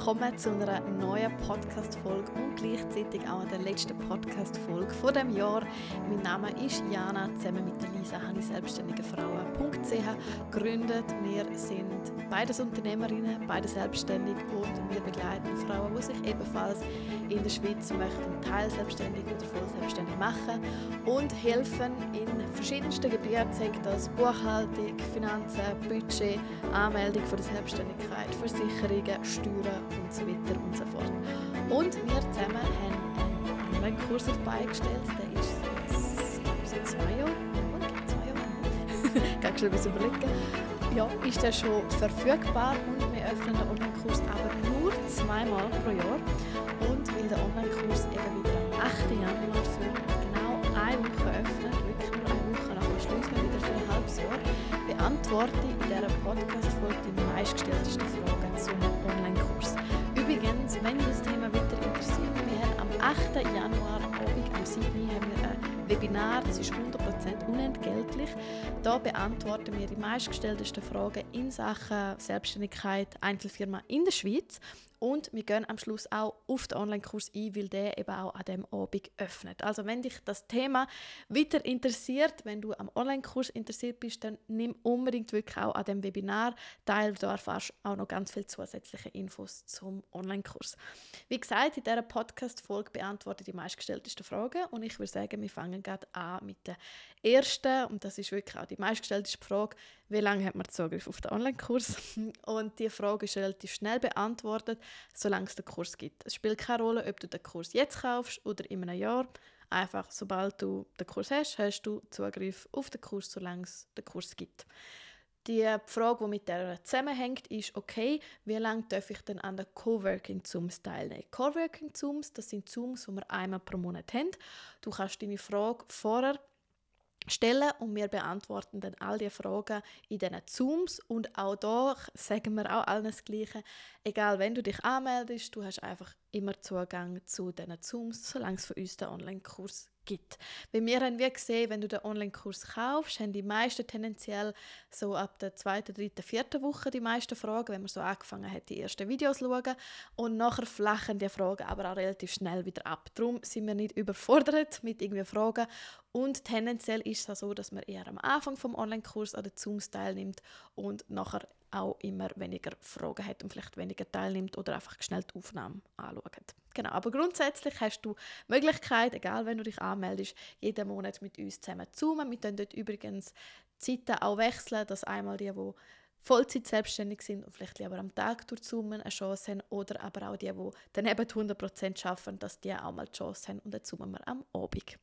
willkommen zu einer neuen Podcast-Folge und gleichzeitig auch der letzten Podcast-Folge von diesem Jahr. Mein Name ist Jana, zusammen mit Lisa habe ich selbstständigefrauen.ch gegründet. Wir sind beides Unternehmerinnen, beide selbstständig und wir begleiten Frauen, die sich ebenfalls in der Schweiz möchten teilselbstständig oder voll selbstständig machen und helfen in verschiedensten Gebieten, sei das Buchhaltung, Finanzen, Budget, Anmeldung von der Selbstständigkeit, Versicherungen, Steuern und so weiter und so fort. Und wir zusammen haben einen Online-Kurs auf die Beine gestellt, der ist seit 2 Jahren, oder? 2 Jahre? Ich kann schon etwas überlegen. Ja, ist der schon verfügbar und wir öffnen den Online-Kurs aber nur 2-mal pro Jahr. Und weil der Online-Kurs eben wieder am 8. Januar für genau 1 Woche öffnet, wirklich nur 1 Woche, nachher schließen wir wieder für ein halbes Jahr, beantworte ich in dieser Podcast-Folge die meistgestelltesten Fragen zum Online-Kurs. Übrigens, wenn dich das Thema weiter interessiert, wir haben am 8. Januar Abend, am 7. haben wir ein Webinar, das ist 100% unentgeltlich. Da beantworten wir die meistgestelltesten Fragen in Sachen Selbstständigkeit, Einzelfirma in der Schweiz. Und wir gehen am Schluss auch auf den Online-Kurs ein, weil der eben auch an diesem Abend öffnet. Also wenn dich das Thema weiter interessiert, wenn du am Online-Kurs interessiert bist, dann nimm unbedingt wirklich auch an dem Webinar teil. Da erfährst du auch noch ganz viele zusätzliche Infos zum Online-Kurs. Wie gesagt, in dieser Podcast-Folge beantworte ich die meistgestelltesten Fragen und ich würde sagen, wir fangen gerade an mit der ersten, und das ist wirklich auch die meistgestellteste Frage: Wie lange hat man Zugriff auf den Online-Kurs? Und die Frage ist relativ schnell beantwortet, solange es den Kurs gibt. Es spielt keine Rolle, ob du den Kurs jetzt kaufst oder in einem Jahr. Einfach, sobald du den Kurs hast, hast du Zugriff auf den Kurs, solange es den Kurs gibt. Die Frage, die mit der zusammenhängt, ist, okay, wie lange darf ich denn an den Coworking-Zooms teilnehmen? Coworking-Zooms, das sind Zooms, die wir einmal pro Monat haben. Du kannst deine Frage vorher stellen und wir beantworten dann all diese Fragen in diesen Zooms. Und auch da sagen wir auch allen das Gleiche. Egal, wenn du dich anmeldest, du hast einfach immer Zugang zu diesen Zooms, solange es für uns den Online-Kurs gibt. Bei mir haben wir gesehen, wenn du den Online-Kurs kaufst, haben die meisten tendenziell so ab der 2., 3., 4. Woche die meisten Fragen, wenn man so angefangen hat, die ersten Videos zu schauen. Und nachher flachen die Fragen aber auch relativ schnell wieder ab. Darum sind wir nicht überfordert mit irgendwie Fragen. Und tendenziell ist es so, dass man eher am Anfang vom Online-Kurs an den Zooms teilnimmt und nachher auch immer weniger Fragen hat und vielleicht weniger teilnimmt oder einfach schnell die Aufnahme anschaut. Genau, aber grundsätzlich hast du die Möglichkeit, egal wenn du dich anmeldest, jeden Monat mit uns zusammen zu zoomen. Wir können dort übrigens Zeiten auch wechseln, dass einmal die Vollzeit selbstständig sind und vielleicht lieber am Tag durchzoomen eine Chance haben, oder aber auch die dann eben 100% arbeiten, dass die auch mal die Chance haben, und dann zoomen wir am Abend.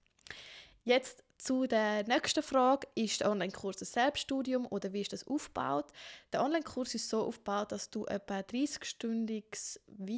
Jetzt zu der nächsten Frage: Ist der Online-Kurs ein Selbststudium oder wie ist das aufgebaut? Der Online-Kurs ist so aufgebaut, dass du etwa 30-stündiges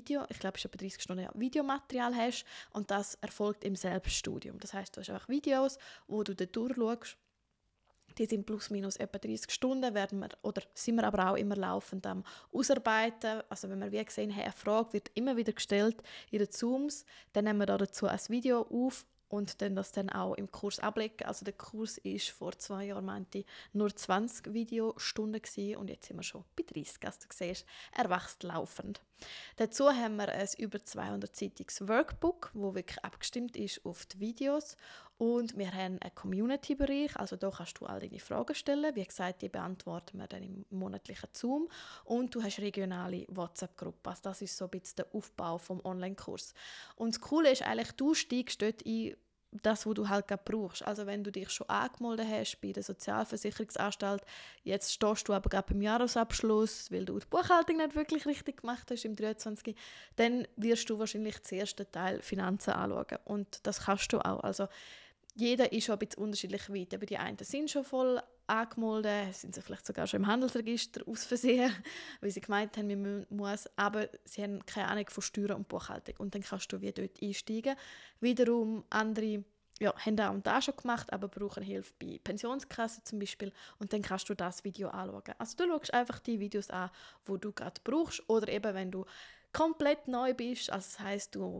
Videomaterial hast, und das erfolgt im Selbststudium. Das heißt, du hast einfach Videos, wo du da durchschaust. Die sind plus minus etwa 30 Stunden, sind wir aber auch immer laufend am Ausarbeiten. Also wenn wir wie gesehen haben, eine Frage wird immer wieder gestellt in den Zooms, dann nehmen wir dazu ein Video auf und das dann auch im Kurs ablegen. Also der Kurs ist vor 2 Jahren, meinte ich, nur 20 Videostunden gewesen, und jetzt sind wir schon bei 30, als du siehst, er wächst laufend. Dazu haben wir ein über 200-seitiges Workbook, das wirklich abgestimmt ist auf die Videos, und wir haben einen Community-Bereich, also da kannst du all deine Fragen stellen. Wie gesagt, die beantworten wir dann im monatlichen Zoom, und du hast regionale WhatsApp-Gruppen. Also das ist so ein bisschen der Aufbau vom Online-Kurs. Und das Coole ist eigentlich, du steigst dort ein, das, was du halt gerade brauchst. Also wenn du dich schon angemeldet hast bei der Sozialversicherungsanstalt, jetzt stehst du aber gerade beim Jahresabschluss, weil du die Buchhaltung nicht wirklich richtig gemacht hast im 23, dann wirst du wahrscheinlich den ersten Teil Finanzen anschauen. Und das kannst du auch. Also jeder ist schon ein bisschen unterschiedlich weit. Aber die einen sind schon voll angemeldet, sind sie vielleicht sogar schon im Handelsregister aus Versehen, weil sie gemeint haben, man muss, aber sie haben keine Ahnung von Steuern und Buchhaltung. Und dann kannst du wie dort einsteigen. Wiederum andere haben das schon gemacht, aber brauchen Hilfe bei Pensionskassen zum Beispiel. Und dann kannst du das Video anschauen. Also du schaust einfach die Videos an, die du gerade brauchst. Oder eben, wenn du komplett neu bist, also das heisst, du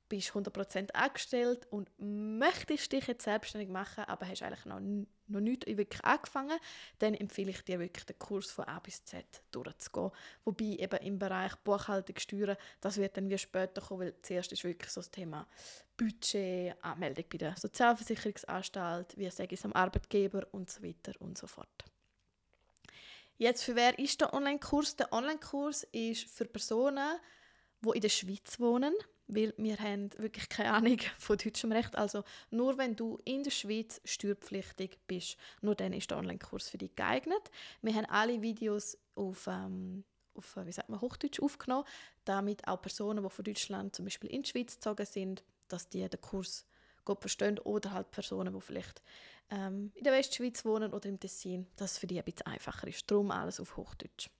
bist 100% angestellt und möchtest dich jetzt selbstständig machen, aber hast eigentlich noch nicht wirklich angefangen, dann empfehle ich dir wirklich den Kurs von A bis Z durchzugehen. Wobei eben im Bereich Buchhaltung, Steuern, das wird dann wie später kommen, weil zuerst ist wirklich so das Thema Budget, Anmeldung bei der Sozialversicherungsanstalt, wie sage ich es am Arbeitgeber und so weiter und so fort. Jetzt, für wer ist der Online-Kurs? Der Online-Kurs ist für Personen, die in der Schweiz wohnen, weil wir haben wirklich keine Ahnung von deutschem Recht. Also nur wenn du in der Schweiz steuerpflichtig bist, nur dann ist der Online-Kurs für dich geeignet. Wir haben alle Videos auf Hochdeutsch aufgenommen, damit auch Personen, die von Deutschland zum Beispiel in die Schweiz gezogen sind, dass die den Kurs gut verstehen, oder halt Personen, die vielleicht in der Westschweiz wohnen oder im Tessin, dass es für die ein bisschen einfacher ist. Darum alles auf Hochdeutsch.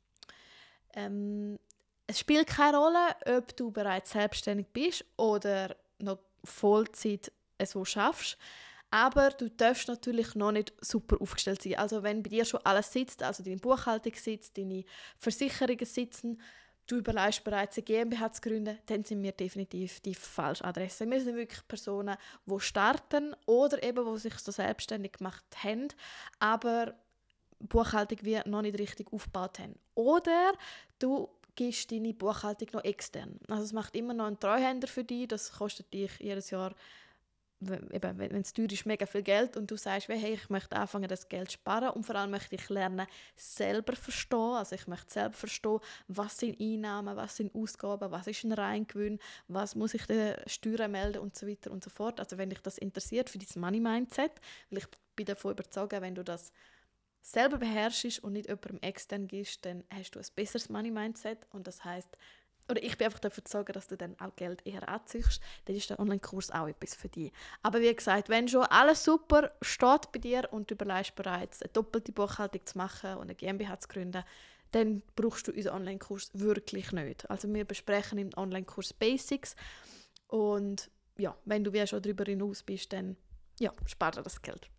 Es spielt keine Rolle, ob du bereits selbstständig bist oder noch Vollzeit so schaffst, aber du darfst natürlich noch nicht super aufgestellt sein. Also wenn bei dir schon alles sitzt, also deine Buchhaltung sitzt, deine Versicherungen sitzen, du überlegst bereits eine GmbH zu gründen, dann sind wir definitiv die falsche Adresse. Wir sind wirklich Personen, die starten oder eben, die sich so selbstständig gemacht haben, aber Buchhaltung wie noch nicht richtig aufgebaut haben. Oder du gibst deine Buchhaltung noch extern. Also es macht immer noch einen Treuhänder für dich, das kostet dich jedes Jahr, wenn es teuer ist, mega viel Geld und du sagst, hey, ich möchte anfangen, das Geld zu sparen und vor allem möchte ich lernen, selber verstehen, also ich möchte selber verstehen, was sind Einnahmen, was sind Ausgaben, was ist ein Reingewinn, was muss ich den Steuern melden und so weiter und so fort. Also wenn dich das interessiert für dein Money-Mindset, weil ich bin davon überzeugt, wenn du das selber beherrschst und nicht jemandem extern gibst, dann hast du ein besseres Money-Mindset und das heisst, oder ich bin einfach dafür zu sorgen, dass du dann auch Geld eher anziehst, dann ist der Online-Kurs auch etwas für dich. Aber wie gesagt, wenn schon alles super steht bei dir und du überlegst bereits, eine doppelte Buchhaltung zu machen und eine GmbH zu gründen, dann brauchst du unseren Online-Kurs wirklich nicht. Also wir besprechen im Online-Kurs Basics und ja, wenn du schon darüber hinaus bist, dann ja, spar dir das Geld.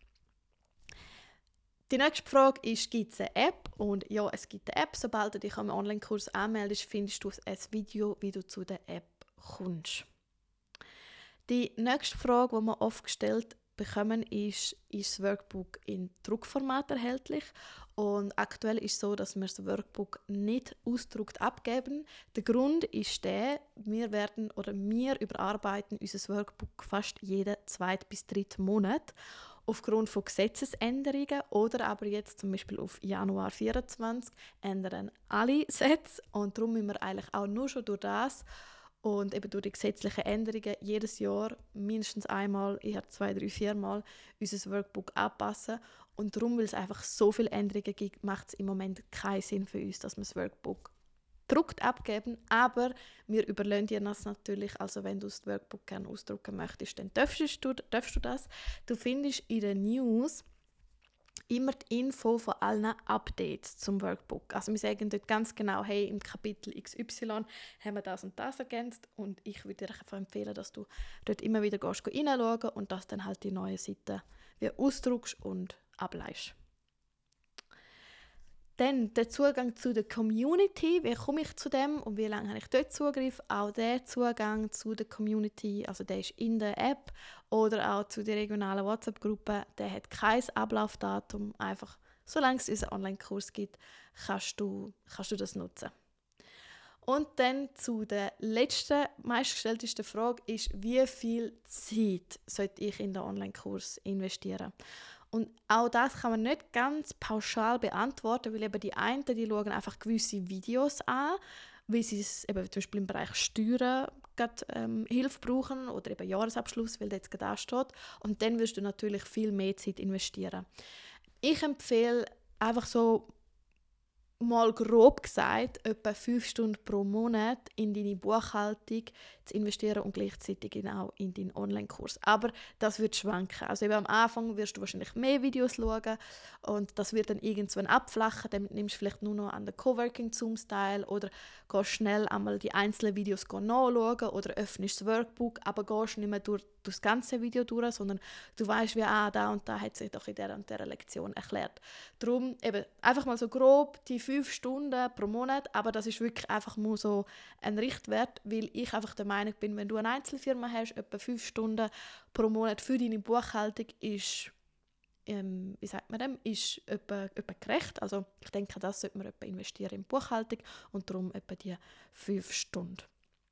Die nächste Frage ist, gibt es eine App? Und ja, es gibt eine App. Sobald du dich am Online-Kurs anmeldest, findest du ein Video, wie du zu der App kommst. Die nächste Frage, die wir oft gestellt bekommen, ist das Workbook in Druckformat erhältlich? Und aktuell ist es so, dass wir das Workbook nicht ausgedruckt abgeben. Der Grund ist der, wir überarbeiten unser Workbook fast jeden 2. bis 3. Monat. Aufgrund von Gesetzesänderungen oder aber jetzt zum Beispiel auf Januar 2024 ändern alle Sätze und darum müssen wir eigentlich auch nur schon durch das und eben durch die gesetzlichen Änderungen jedes Jahr mindestens einmal, eher 2, 3, 4 Mal unser Workbook anpassen und darum, weil es einfach so viele Änderungen gibt, macht es im Moment keinen Sinn für uns, dass wir das Workbook gedruckt abgeben, aber wir überlassen dir das natürlich, also wenn du das Workbook gerne ausdrucken möchtest, dann darfst du das. Du findest in den News immer die Info von allen Updates zum Workbook. Also wir sagen dort ganz genau, hey, im Kapitel XY haben wir das und das ergänzt und ich würde dir einfach empfehlen, dass du dort immer wieder reinschauen und dass dann halt die neue Seite wieder ausdruckst und ableihst. Dann der Zugang zu der Community, wie komme ich zu dem und wie lange habe ich dort Zugriff? Auch der Zugang zu der Community, also der ist in der App oder auch zu der regionalen WhatsApp-Gruppe, der hat kein Ablaufdatum, einfach solange es unseren Online-Kurs gibt, kannst du das nutzen. Und dann zu der letzten, meistgestelltesten Frage ist, wie viel Zeit sollte ich in den Online-Kurs investieren? Und auch das kann man nicht ganz pauschal beantworten, weil eben die einen, die schauen einfach gewisse Videos an, weil sie es eben zum Beispiel im Bereich Steuern Hilfe brauchen oder eben Jahresabschluss, weil der jetzt gerade ansteht. Und dann wirst du natürlich viel mehr Zeit investieren. Ich empfehle einfach so mal grob gesagt, etwa 5 Stunden pro Monat in deine Buchhaltung zu investieren und gleichzeitig auch in deinen Online-Kurs. Aber das wird schwanken. Also eben am Anfang wirst du wahrscheinlich mehr Videos schauen und das wird dann irgendwann abflachen. Dann nimmst du vielleicht nur noch an den Coworking Zooms teil oder gehst schnell einmal die einzelnen Videos nachschauen oder öffnest das Workbook, aber gehst nicht mehr durch das ganze Video durch, sondern du weißt, wie da und da hat sich doch in dieser und dieser Lektion erklärt. Darum eben einfach mal so grob die 5 Stunden pro Monat, aber das ist wirklich einfach nur so ein Richtwert, weil ich einfach der Meinung bin, wenn du eine Einzelfirma hast, etwa 5 Stunden pro Monat für deine Buchhaltung ist, wie sagt man dem, ist etwa gerecht. Also ich denke, das sollte man etwa investieren in Buchhaltung und darum etwa die 5 Stunden.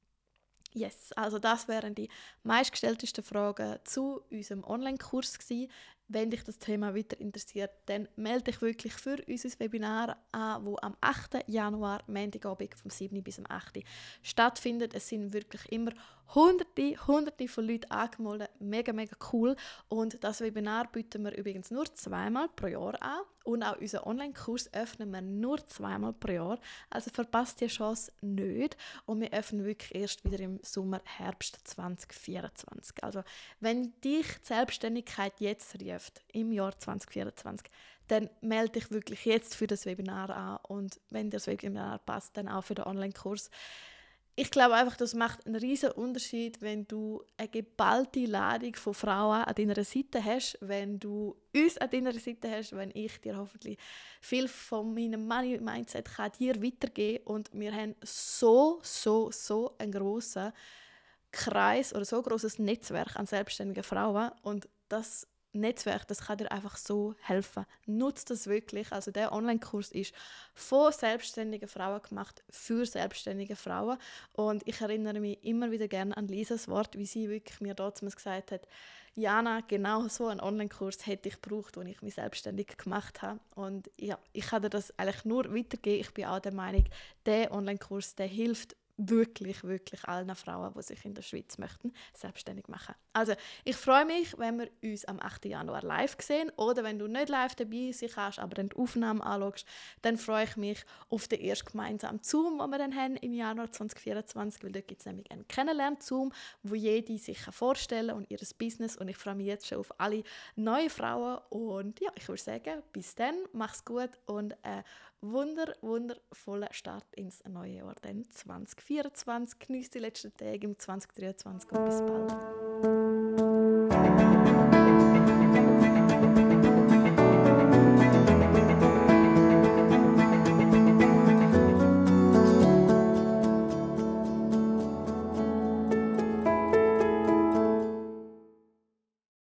Yes, also das wären die meistgestelltesten Fragen zu unserem Online-Kurs gewesen. Wenn dich das Thema weiter interessiert, dann melde dich wirklich für unser Webinar an, das am 8. Januar, Montagabend vom 7. bis am 8. stattfindet. Es sind wirklich immer Hunderte von Leuten angemeldet. Mega, mega cool. Und das Webinar bieten wir übrigens nur 2-mal pro Jahr an. Und auch unseren Online-Kurs öffnen wir nur 2-mal pro Jahr. Also verpasst die Chance nicht. Und wir öffnen wirklich erst wieder im Sommer, Herbst 2024. Also wenn dich die Selbstständigkeit jetzt ruft, im Jahr 2024, dann melde dich wirklich jetzt für das Webinar an. Und wenn dir das Webinar passt, dann auch für den Online-Kurs. Ich glaube einfach, das macht einen riesen Unterschied, wenn du eine geballte Ladung von Frauen an deiner Seite hast, wenn du uns an deiner Seite hast, wenn ich dir hoffentlich viel von meinem Money-Mindset kann dir weitergeben kann. Und wir haben so einen grossen Kreis oder so ein grosses Netzwerk an selbstständigen Frauen. Und das Netzwerk, das kann dir einfach so helfen. Nutzt das wirklich. Also der Online-Kurs ist von selbstständigen Frauen gemacht, für selbstständige Frauen. Und ich erinnere mich immer wieder gerne an Lisas Wort, wie sie wirklich mir damals gesagt hat, Jana, genau so einen Online-Kurs hätte ich gebraucht, als ich mich selbstständig gemacht habe. Und ja, ich kann dir das eigentlich nur weitergeben. Ich bin auch der Meinung, der Online-Kurs, der hilft wirklich allen Frauen, die sich in der Schweiz möchten, selbstständig machen. Also, ich freue mich, wenn wir uns am 8. Januar live sehen oder wenn du nicht live dabei sein kannst, aber dann die Aufnahme anschaust, dann freue ich mich auf den ersten gemeinsamen Zoom, den wir dann haben im Januar 2024, weil dort gibt es nämlich einen Kennenlern-Zoom, wo jede sich vorstellen kann und ihr Business, und ich freue mich jetzt schon auf alle neuen Frauen und ja, ich würde sagen, bis dann, mach's gut und wundervoller Start ins neue Jahr dann 2024. Genießt die letzten Tage im 2023 und bis bald.